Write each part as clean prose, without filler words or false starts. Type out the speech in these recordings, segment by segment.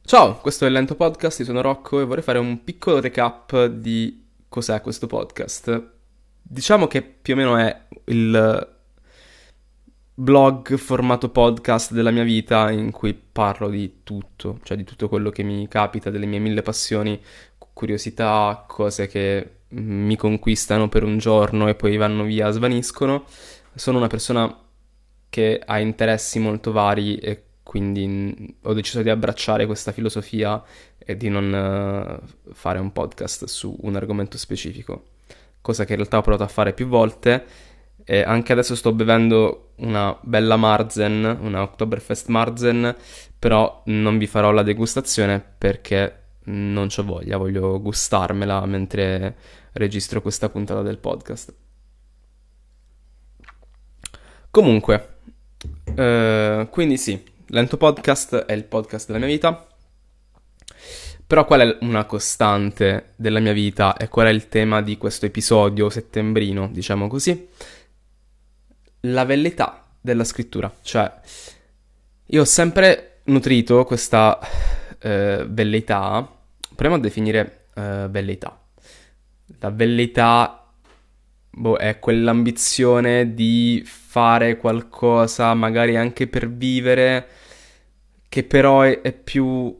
Ciao, questo è il Lento Podcast, io sono Rocco e vorrei fare un piccolo recap di cos'è questo podcast. Diciamo che più o meno è il blog formato podcast della mia vita in cui parlo di tutto, cioè di tutto quello che mi capita, delle mie mille passioni, curiosità, cose che mi conquistano per un giorno e poi vanno via, svaniscono. Sono una persona che ha interessi molto vari e quindi ho deciso di abbracciare questa filosofia e di non fare un podcast su un argomento specifico, cosa che in realtà ho provato a fare più volte e anche adesso sto bevendo una bella Marzen, una Oktoberfest Marzen, però non vi farò la degustazione perché non c'ho voglia, voglio gustarmela mentre registro questa puntata del podcast. Comunque, quindi sì, Lento Podcast è il podcast della mia vita, però qual è una costante della mia vita e qual è il tema di questo episodio settembrino, diciamo così? La velleità della scrittura, cioè io ho sempre nutrito questa velleità, proviamo a definire velleità. La velleità è quell'ambizione di fare qualcosa, magari anche per vivere, che però è più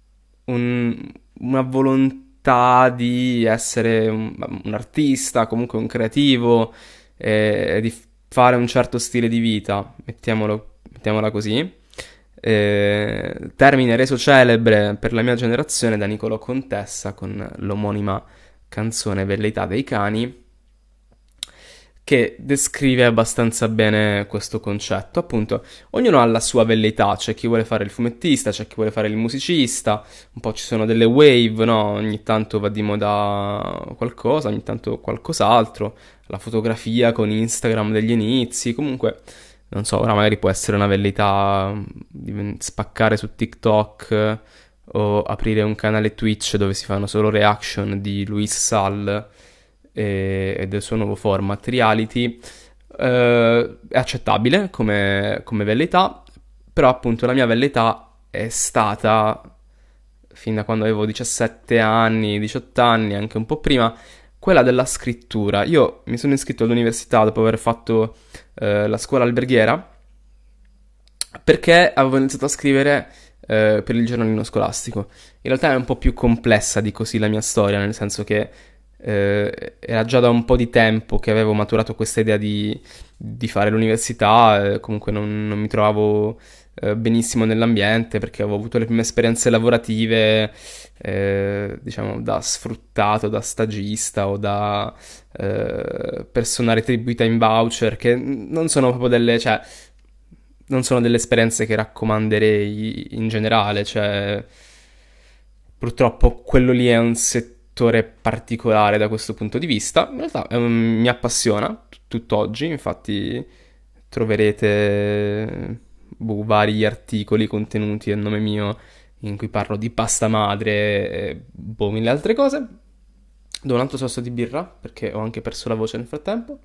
una volontà di essere un artista, comunque un creativo, di fare un certo stile di vita, mettiamola così. Termine reso celebre per la mia generazione da Niccolò Contessa con l'omonima canzone Velleità dei cani, che descrive abbastanza bene questo concetto. Appunto, ognuno ha la sua velleità, c'è chi vuole fare il fumettista, c'è chi vuole fare il musicista, un po' ci sono delle wave, no? Ogni tanto va di moda qualcosa, ogni tanto qualcos'altro, la fotografia con Instagram degli inizi, comunque, non so, ora magari può essere una velleità di spaccare su TikTok o aprire un canale Twitch dove si fanno solo reaction di Luis Sal e del suo nuovo format reality. È accettabile come velleità, però appunto la mia velleità è stata, fin da quando avevo 17 anni, 18 anni, anche un po' prima, quella della scrittura. Io mi sono iscritto all'università dopo aver fatto la scuola alberghiera perché avevo iniziato a scrivere per il giornalino scolastico. In realtà è un po' più complessa di così la mia storia, nel senso che era già da un po' di tempo che avevo maturato questa idea di fare l'università, comunque non mi trovavo benissimo nell'ambiente perché avevo avuto le prime esperienze lavorative, diciamo, da sfruttato, da stagista o da persona retribuita in voucher, che non sono proprio delle, cioè, non sono delle esperienze che raccomanderei in generale, cioè purtroppo quello lì è un settore particolare da questo punto di vista. In realtà mi appassiona tutt'oggi, infatti troverete vari articoli contenuti a nome mio in cui parlo di pasta madre e mille altre cose. Do un altro sorso di birra perché ho anche perso la voce nel frattempo.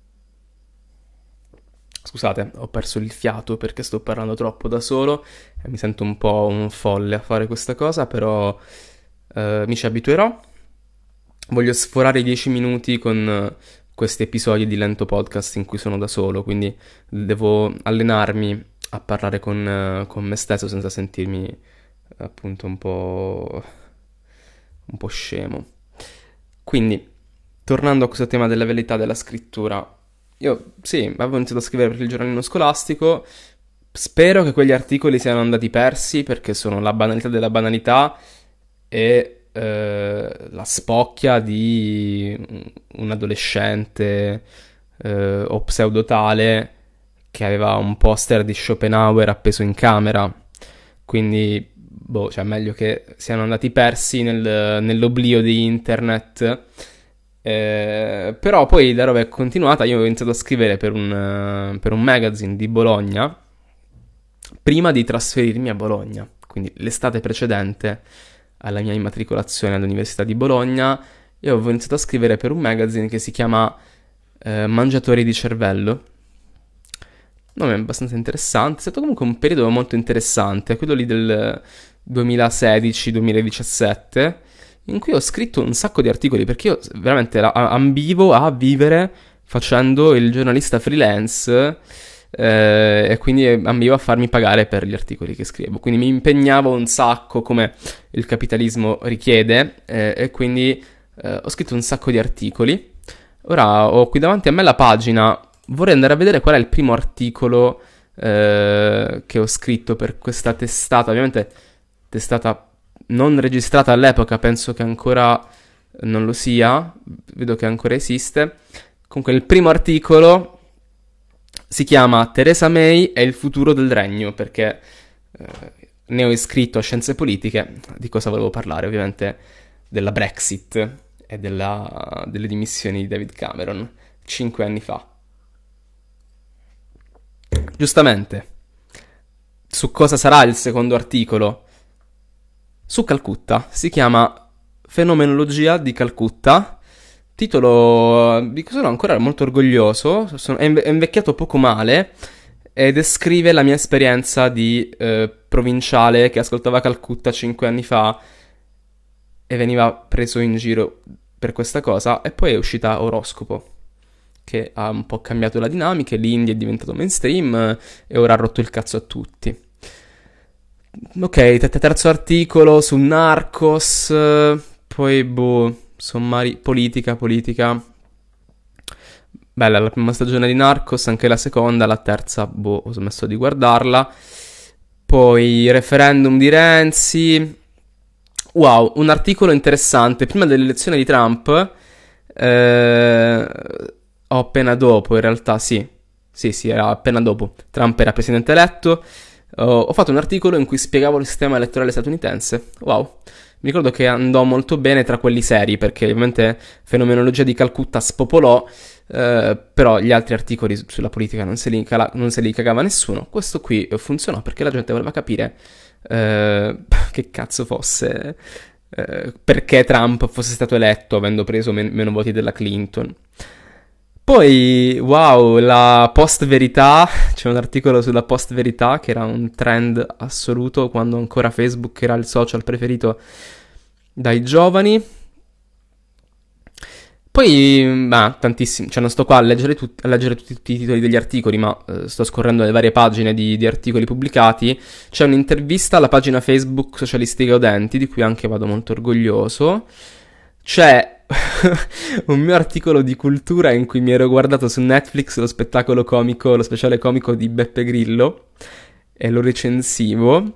Scusate, ho perso il fiato perché sto parlando troppo da solo e mi sento un po' un folle a fare questa cosa, però mi ci abituerò. Voglio sforare i 10 minuti con questi episodi di lento podcast in cui sono da solo, quindi devo allenarmi a parlare con me stesso senza sentirmi appunto un po' scemo. Quindi, tornando a questo tema della verità della scrittura, io sì, avevo iniziato a scrivere per il giornalino scolastico, spero che quegli articoli siano andati persi perché sono la banalità della banalità e la spocchia di un adolescente o pseudotale che aveva un poster di Schopenhauer appeso in camera. Quindi, boh, cioè meglio che siano andati persi nell'oblio di internet. Però poi la roba è continuata. Io ho iniziato a scrivere per un magazine di Bologna prima di trasferirmi a Bologna, quindi l'estate precedente alla mia immatricolazione all'Università di Bologna, io avevo iniziato a scrivere per un magazine che si chiama Mangiatori di cervello. Nome abbastanza interessante, è stato comunque un periodo molto interessante, quello lì 2016-2017, in cui ho scritto un sacco di articoli, perché io veramente ambivo a vivere facendo il giornalista freelance, e quindi ambivo a farmi pagare per gli articoli che scrivevo. Quindi mi impegnavo un sacco, come il capitalismo richiede, e quindi ho scritto un sacco di articoli. Ora ho qui davanti a me la pagina, vorrei andare a vedere qual è il primo articolo che ho scritto per questa testata, ovviamente testata non registrata all'epoca, penso che ancora non lo sia, vedo che ancora esiste. Comunque il primo articolo si chiama Theresa May e il futuro del regno, perché ne ho iscritto a scienze politiche. Di cosa volevo parlare? Ovviamente della Brexit e delle dimissioni di David Cameron 5 anni fa. Giustamente, su cosa sarà il secondo articolo? Su Calcutta, si chiama Fenomenologia di Calcutta, titolo di cui sono ancora molto orgoglioso, è invecchiato poco male e descrive la mia esperienza di provinciale che ascoltava Calcutta 5 anni fa e veniva preso in giro per questa cosa, e poi è uscita Oroscopo, che ha un po' cambiato la dinamica, l'indie è diventato mainstream e ora ha rotto il cazzo a tutti. Ok, terzo articolo su Narcos, poi sommari, politica. Bella la prima stagione di Narcos, anche la seconda, la terza, ho smesso di guardarla. Poi referendum di Renzi. Wow, un articolo interessante. Prima dell'elezione di Trump, o appena dopo, in realtà, sì, era appena dopo. Trump era presidente eletto. Ho fatto un articolo in cui spiegavo il sistema elettorale statunitense. Wow, mi ricordo che andò molto bene tra quelli seri, perché ovviamente Fenomenologia di Calcutta spopolò, però gli altri articoli sulla politica non se li cagava nessuno. Questo qui funzionò perché la gente voleva capire che cazzo fosse, perché Trump fosse stato eletto avendo preso meno voti della Clinton. Poi, wow, la post-verità, c'è un articolo sulla post-verità che era un trend assoluto quando ancora Facebook era il social preferito dai giovani. Poi, tantissimi, cioè non sto qua a leggere tutti i titoli degli articoli, ma sto scorrendo le varie pagine di articoli pubblicati. C'è un'intervista alla pagina Facebook Socialisti Gaudenti, di cui anche vado molto orgoglioso. C'è un mio articolo di cultura in cui mi ero guardato su Netflix lo speciale comico di Beppe Grillo e lo recensivo.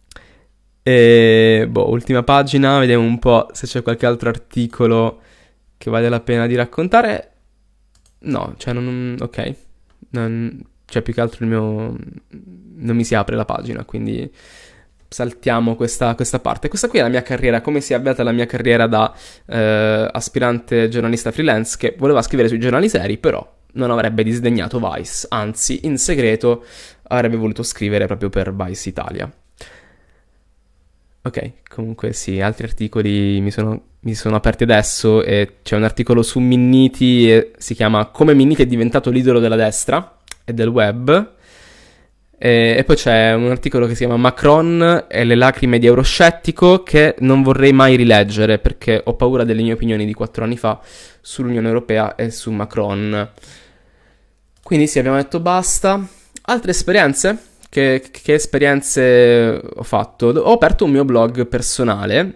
E ultima pagina, vediamo un po' se c'è qualche altro articolo che vale la pena di raccontare. No, cioè ok. Cioè più che altro non mi si apre la pagina, quindi saltiamo questa parte. Questa qui è la mia carriera, come si è avviata la mia carriera da aspirante giornalista freelance che voleva scrivere sui giornali seri, però non avrebbe disdegnato Vice, anzi in segreto avrebbe voluto scrivere proprio per Vice Italia. Ok, comunque sì, altri articoli mi sono aperti adesso, e c'è un articolo su Minniti, si chiama Come Minniti è diventato l'idolo della destra e del web. E poi c'è un articolo che si chiama Macron e le lacrime di euroscettico, che non vorrei mai rileggere perché ho paura delle mie opinioni di 4 anni fa sull'Unione Europea e su Macron. Quindi sì, abbiamo detto basta. Altre esperienze? Che esperienze ho fatto? Ho aperto un mio blog personale,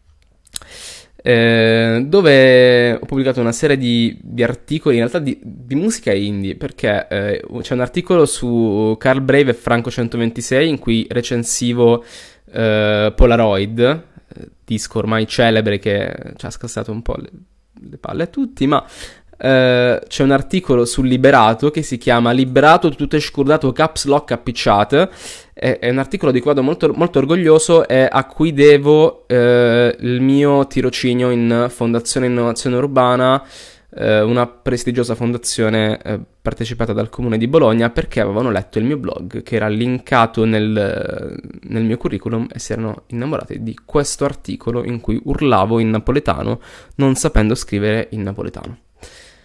dove ho pubblicato una serie di articoli, in realtà di musica indie, perché c'è un articolo su Carl Brave e Franco 126 in cui recensivo Polaroid, disco ormai celebre che ci ha scassato un po' le palle a tutti, ma c'è un articolo sul Liberato che si chiama Liberato tutto è scordato caps lock appicciate. È un articolo di cui vado molto, molto orgoglioso e a cui devo il mio tirocinio in Fondazione Innovazione Urbana, una prestigiosa fondazione partecipata dal Comune di Bologna, perché avevano letto il mio blog che era linkato nel mio curriculum e si erano innamorati di questo articolo in cui urlavo in napoletano non sapendo scrivere in napoletano.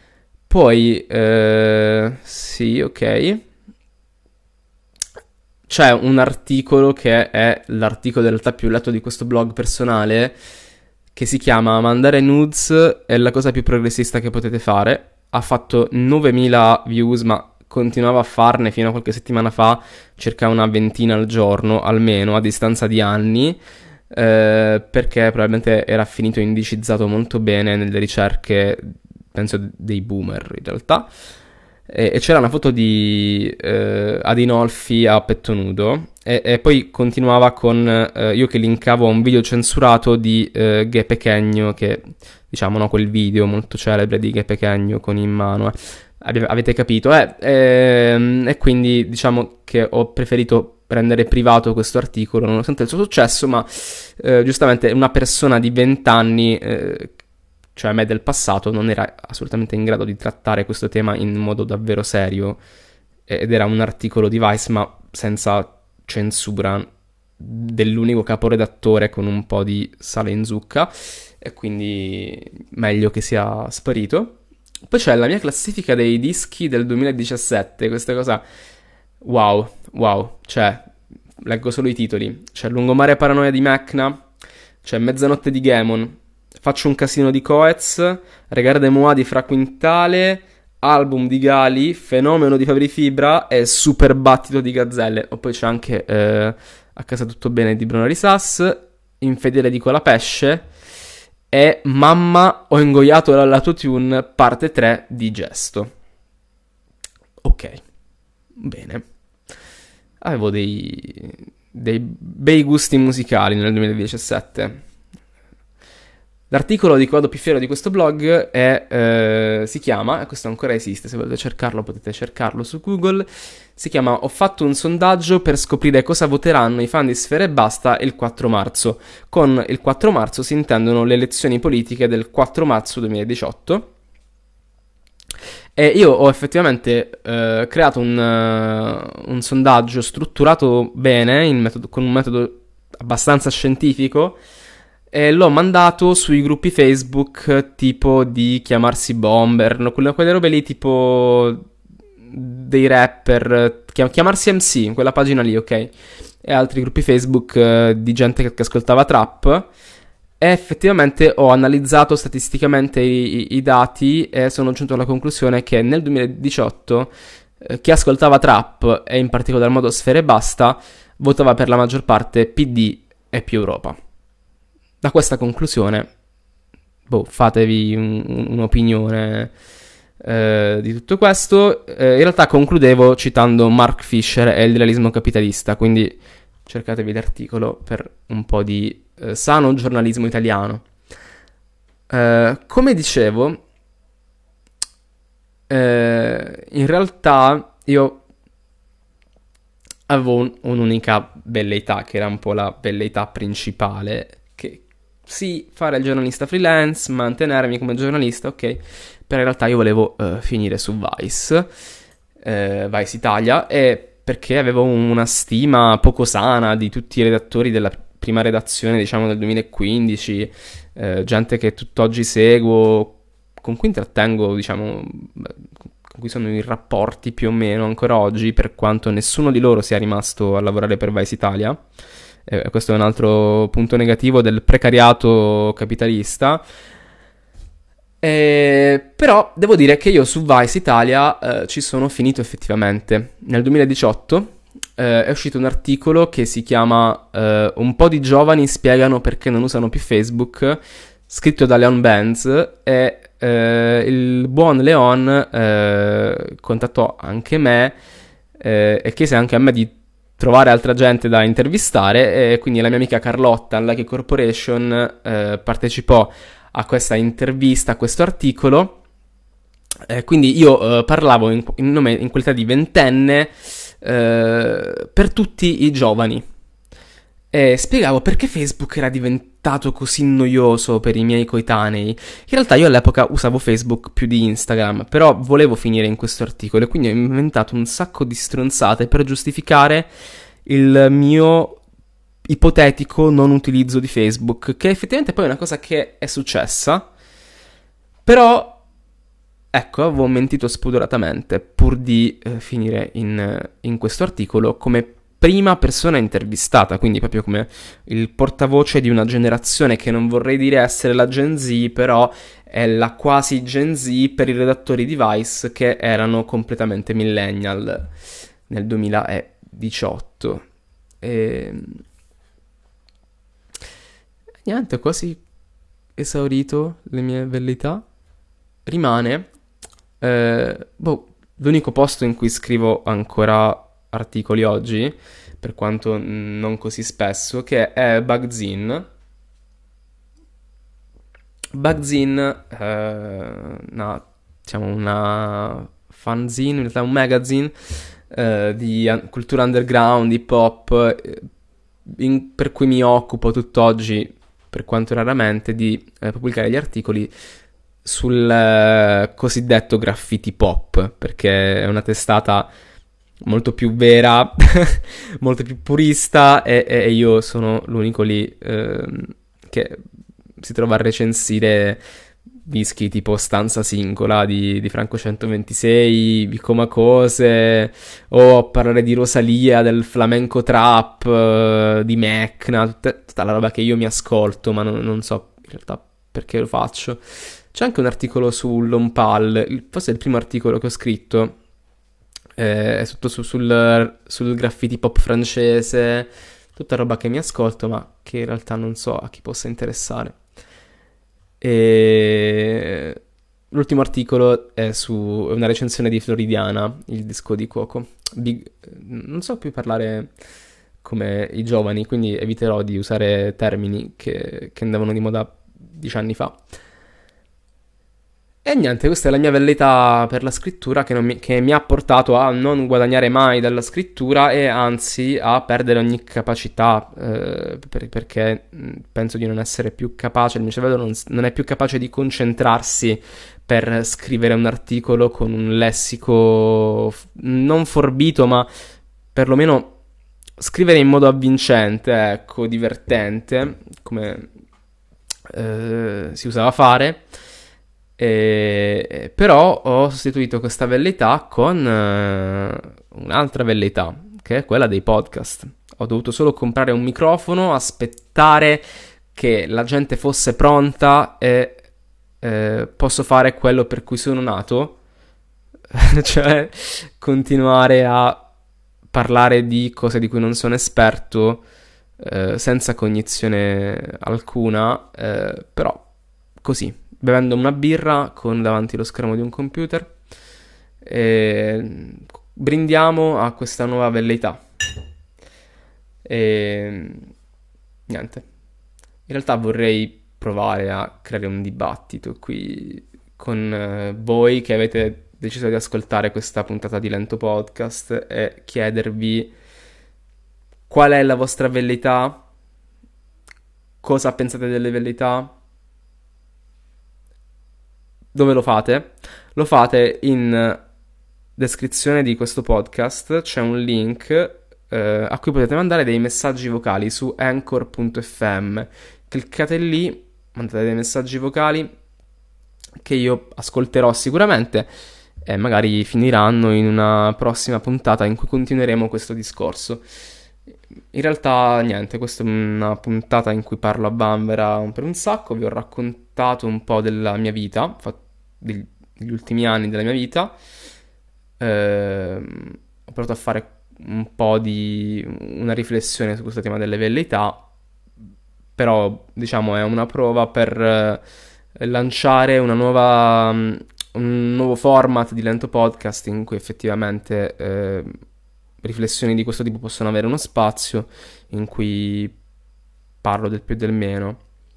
Poi, sì, ok. c'è un articolo che è l'articolo in realtà più letto di questo blog personale, che si chiama Mandare nudes è la cosa più progressista che potete fare. Ha fatto 9000 views, ma continuava a farne fino a qualche settimana fa circa una ventina al giorno, almeno, a distanza di anni, perché probabilmente era finito indicizzato molto bene nelle ricerche, penso, dei boomer in realtà. E c'era una foto di Adinolfi a petto nudo, e poi continuava con io che linkavo a un video censurato di Ghe Pequeno, che diciamo, no, quel video molto celebre di Ghe Pequeno con in mano, avete capito? E quindi diciamo che ho preferito rendere privato questo articolo nonostante il suo successo, ma giustamente una persona di 20 anni, cioè me del passato, non era assolutamente in grado di trattare questo tema in modo davvero serio, ed era un articolo di Vice ma senza censura dell'unico caporedattore con un po' di sale in zucca, e quindi meglio che sia sparito. Poi c'è la mia classifica dei dischi del 2017, questa cosa, wow, cioè, leggo solo i titoli. C'è Lungomare Paranoia di Mecna, c'è Mezzanotte di Gamon, Faccio un casino di Coez, Regarde Moi di Fra Quintale, Album di Gali, Fenomeno di Fabri Fibra e Super Battito di Gazzelle. O poi c'è anche A casa tutto bene di Bruno Risas, Infedele di Colapesce e Mamma ho ingoiato l'autotune parte 3 di Gesto. Ok, bene. Avevo dei bei gusti musicali nel 2017. L'articolo di cui vado più fiero di questo blog si chiama, e questo ancora esiste, se volete cercarlo potete cercarlo su Google, si chiama Ho fatto un sondaggio per scoprire cosa voteranno i fan di Sfera Ebbasta il 4 marzo. Con il 4 marzo si intendono le elezioni politiche del 4 marzo 2018. E io ho effettivamente creato un sondaggio strutturato bene, con un metodo abbastanza scientifico, e l'ho mandato sui gruppi Facebook tipo di Chiamarsi Bomber, no? Quelle robe lì tipo dei rapper, Chiamarsi MC, quella pagina lì, ok? E altri gruppi Facebook di gente che ascoltava trap. E effettivamente ho analizzato statisticamente i dati e sono giunto alla conclusione che nel 2018 chi ascoltava trap, e in particolar modo Sfera Ebbasta, votava per la maggior parte PD e più Europa. Da questa conclusione, fatevi un'opinione di tutto questo. In realtà concludevo citando Mark Fisher e il realismo capitalista, quindi cercatevi l'articolo per un po' di sano giornalismo italiano. Come dicevo, in realtà io avevo un'unica velleità, che era un po' la velleità principale, che sì, fare il giornalista freelance, mantenermi come giornalista, ok, però in realtà io volevo finire su Vice, Vice Italia, e perché avevo una stima poco sana di tutti i redattori della prima redazione, diciamo, del 2015, gente che tutt'oggi seguo, con cui intrattengo, diciamo, con cui sono in rapporti più o meno ancora oggi, per quanto nessuno di loro sia rimasto a lavorare per Vice Italia. Questo è un altro punto negativo del precariato capitalista. Però devo dire che io su Vice Italia ci sono finito effettivamente. Nel 2018 è uscito un articolo che si chiama Un po' di giovani spiegano perché non usano più Facebook, scritto da Leon Benz, e il buon Leon contattò anche me e chiese anche a me di trovare altra gente da intervistare, e quindi la mia amica Carlotta, Lucky Corporation, partecipò a questa intervista, a questo articolo. Quindi io parlavo in qualità di ventenne per tutti i giovani, e spiegavo perché Facebook era diventato così noioso per i miei coetanei. In realtà io all'epoca usavo Facebook più di Instagram, però volevo finire in questo articolo, e quindi ho inventato un sacco di stronzate per giustificare il mio ipotetico non utilizzo di Facebook, che effettivamente poi è una cosa che è successa, però ecco, avevo mentito spudoratamente pur di finire in questo articolo, come prima persona intervistata, quindi proprio come il portavoce di una generazione che non vorrei dire essere la Gen Z, però è la quasi Gen Z per i redattori di Vice che erano completamente millennial nel 2018. E niente, ho quasi esaurito le mie velleità. Rimane l'unico posto in cui scrivo ancora articoli oggi, per quanto non così spesso, che è Bugzine. Bugzine, una fanzine, in realtà un magazine di cultura underground, hip hop, per cui mi occupo tutt'oggi, per quanto raramente, di pubblicare gli articoli sul cosiddetto graffiti pop, perché è una testata molto più vera, molto più purista e io sono l'unico lì che si trova a recensire dischi tipo Stanza Singola di Franco 126, Vicoma Cose, o a parlare di Rosalia, del flamenco trap, di Mecna, tutta la roba che io mi ascolto, ma non so in realtà perché lo faccio. C'è anche un articolo su Lompal, forse è il primo articolo che ho scritto, è tutto sul graffiti pop francese, tutta roba che mi ascolto, ma che in realtà non so a chi possa interessare. E l'ultimo articolo è su una recensione di Floridiana, il disco di Cuoco. Non so più parlare come i giovani, quindi eviterò di usare termini che andavano di moda 10 anni fa. E niente, questa è la mia velleità per la scrittura che mi ha portato a non guadagnare mai dalla scrittura e anzi a perdere ogni capacità, perché penso di non essere più capace, il mio cervello non è più capace di concentrarsi per scrivere un articolo con un lessico non forbito, ma perlomeno scrivere in modo avvincente, ecco, divertente, come si usava fare. Però ho sostituito questa velleità con un'altra velleità, che è quella dei podcast. Ho dovuto solo comprare un microfono, aspettare che la gente fosse pronta e posso fare quello per cui sono nato, cioè continuare a parlare di cose di cui non sono esperto, senza cognizione alcuna, però così, bevendo una birra con davanti lo schermo di un computer e brindiamo a questa nuova velleità. E niente, in realtà vorrei provare a creare un dibattito qui con voi che avete deciso di ascoltare questa puntata di Lento Podcast e chiedervi qual è la vostra velleità, cosa pensate delle velleità, dove lo fate? Lo fate in descrizione di questo podcast, c'è un link a cui potete mandare dei messaggi vocali su anchor.fm. Cliccate lì, mandate dei messaggi vocali che io ascolterò sicuramente e magari finiranno in una prossima puntata in cui continueremo questo discorso. In realtà niente, questa è una puntata in cui parlo a vanvera per un sacco, vi ho raccontato un po' della mia vita, degli ultimi anni della mia vita, ho provato a fare un po' di una riflessione su questo tema delle velleità, però diciamo è una prova per lanciare un nuovo format di Lento Podcast in cui effettivamente riflessioni di questo tipo possono avere uno spazio in cui parlo del più e del meno.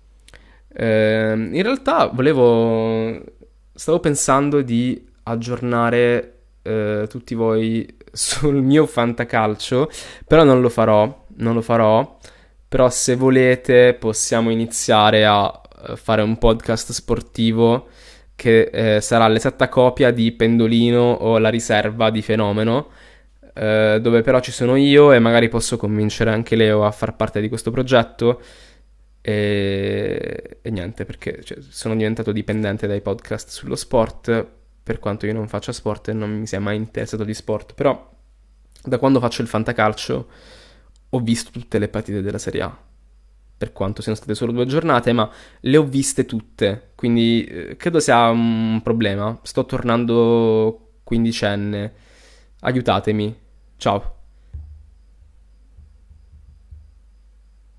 In realtà stavo pensando di aggiornare tutti voi sul mio fantacalcio, però non lo farò, però se volete possiamo iniziare a fare un podcast sportivo che sarà l'esatta copia di Pendolino o La Riserva di Fenomeno, dove però ci sono io e magari posso convincere anche Leo a far parte di questo progetto e niente, perché sono diventato dipendente dai podcast sullo sport, per quanto io non faccia sport e non mi sia mai interessato di sport, però Da quando faccio il fantacalcio ho visto tutte le partite della Serie A, per quanto siano state solo 2 giornate, ma le ho viste tutte, quindi credo sia un problema. Sto tornando quindicenne, aiutatemi. Ciao.